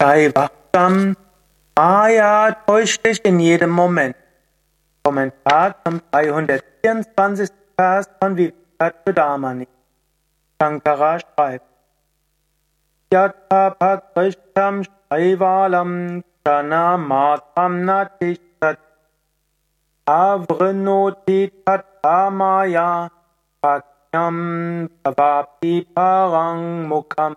Sei wachsam, Maya täuscht dich in jedem Moment. Kommentar zum 324. Vers von Vivekananda. Shankara schreibt: Yatha Krishtam Shaivalam Chana Matram Natishat Avrinoti Tatamaya Prakyam Bhavati Parang Mukham.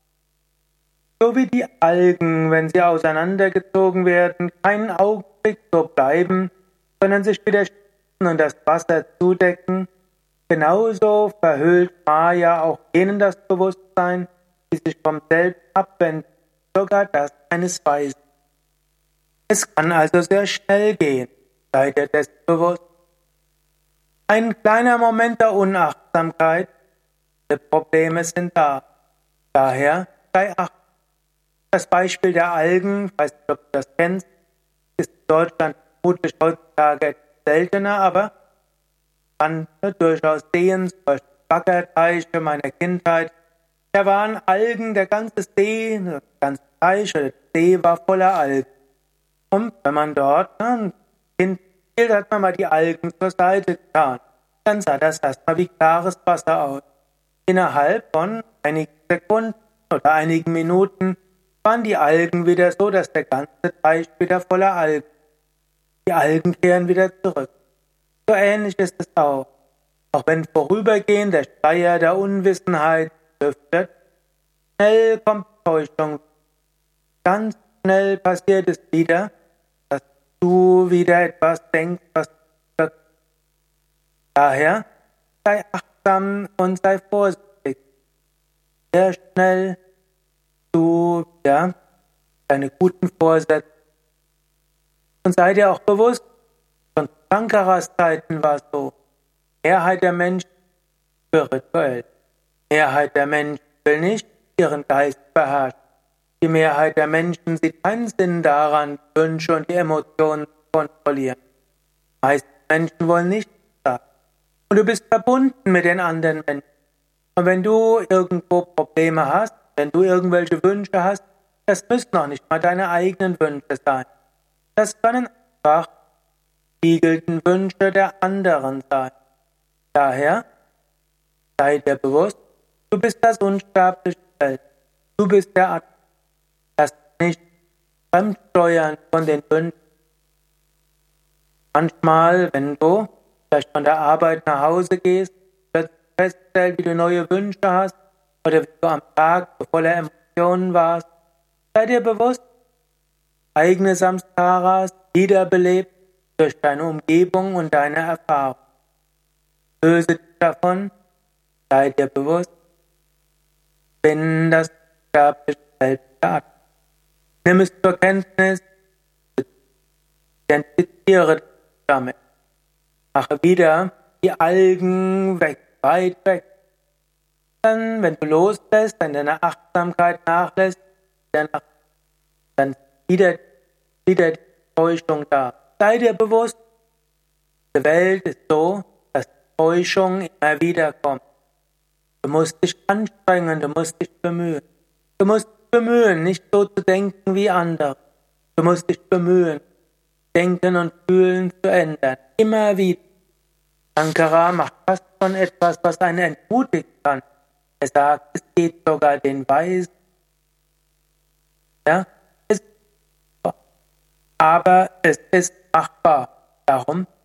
So wie die Algen, wenn sie auseinandergezogen werden, keinen Augenblick so bleiben, sondern sich wieder schützen und das Wasser zudecken, genauso verhüllt Maya auch jenen das Bewusstsein, die sich vom Selbst abwenden, sogar das eines Weisen. Es kann also sehr schnell gehen, sei dir dessen bewusst. Ein kleiner Moment der Unachtsamkeit, die Probleme sind da. Daher sei achtsam. Das Beispiel der Algen, ich weiß nicht, ob du das kennst, ist in Deutschland vermutlich heutzutage seltener, aber man kann durchaus sehen, zum Beispiel Baggerteiche meiner Kindheit, da waren Algen, der ganze See, der ganze Teich oder der See war voller Algen. Und wenn man dort ein Kind spielt, hat man mal die Algen zur Seite getan. Dann sah das erstmal wie klares Wasser aus. Innerhalb von einigen Sekunden oder einigen Minuten waren die Algen wieder so, dass der ganze Teich wieder voller Algen. Die Algen kehren wieder zurück. So ähnlich ist es auch. Auch wenn vorübergehend der Schleier der Unwissenheit lüftet, schnell kommt Täuschung. Ganz schnell passiert es wieder, dass du wieder etwas denkst, was wirkt. Daher sei achtsam und sei vorsichtig. Sehr schnell du deine guten Vorsätze. Und sei dir auch bewusst, von Shankaras Zeiten war es so, Mehrheit der Menschen spirituell. Mehrheit der Menschen will nicht ihren Geist beherrschen. Die Mehrheit der Menschen sieht keinen Sinn daran, die Wünsche und die Emotionen zu kontrollieren. Die meisten Menschen wollen nichts sagen. Und du bist verbunden mit den anderen Menschen. Und wenn du irgendwo Probleme hast, wenn du irgendwelche Wünsche hast, das müssen noch nicht mal deine eigenen Wünsche sein. Das können einfach spiegelten Wünsche der anderen sein. Daher sei dir bewusst, du bist das unsterbliche Selbst. Du bist der Atmen. Lass dich nicht fremdsteuern von den Wünschen. Manchmal, wenn du vielleicht von der Arbeit nach Hause gehst, plötzlich feststellst, wie du neue Wünsche hast, oder wie du am Tag voller Emotionen warst, sei dir bewusst, eigene Samskaras wiederbelebt durch deine Umgebung und deine Erfahrung. Löse dich davon, sei dir bewusst, bin das sterbliche Selbst der Atmen. Nimm es zur Kenntnis, identifiziere dich damit. Mache wieder die Algen weg, weit weg. Dann, wenn du loslässt, wenn deine Achtsamkeit nachlässt, dann wieder die Täuschung da. Sei dir bewusst, die Welt ist so, dass Täuschung immer wieder kommt. Du musst dich anstrengen, du musst dich bemühen. Du musst dich bemühen, nicht so zu denken wie andere. Du musst dich bemühen, Denken und Fühlen zu ändern. Immer wieder. Shankara macht fast schon etwas, was einen entmutigen kann. Er sagt, es geht sogar den Weisen. Ja, aber es ist machbar. Darum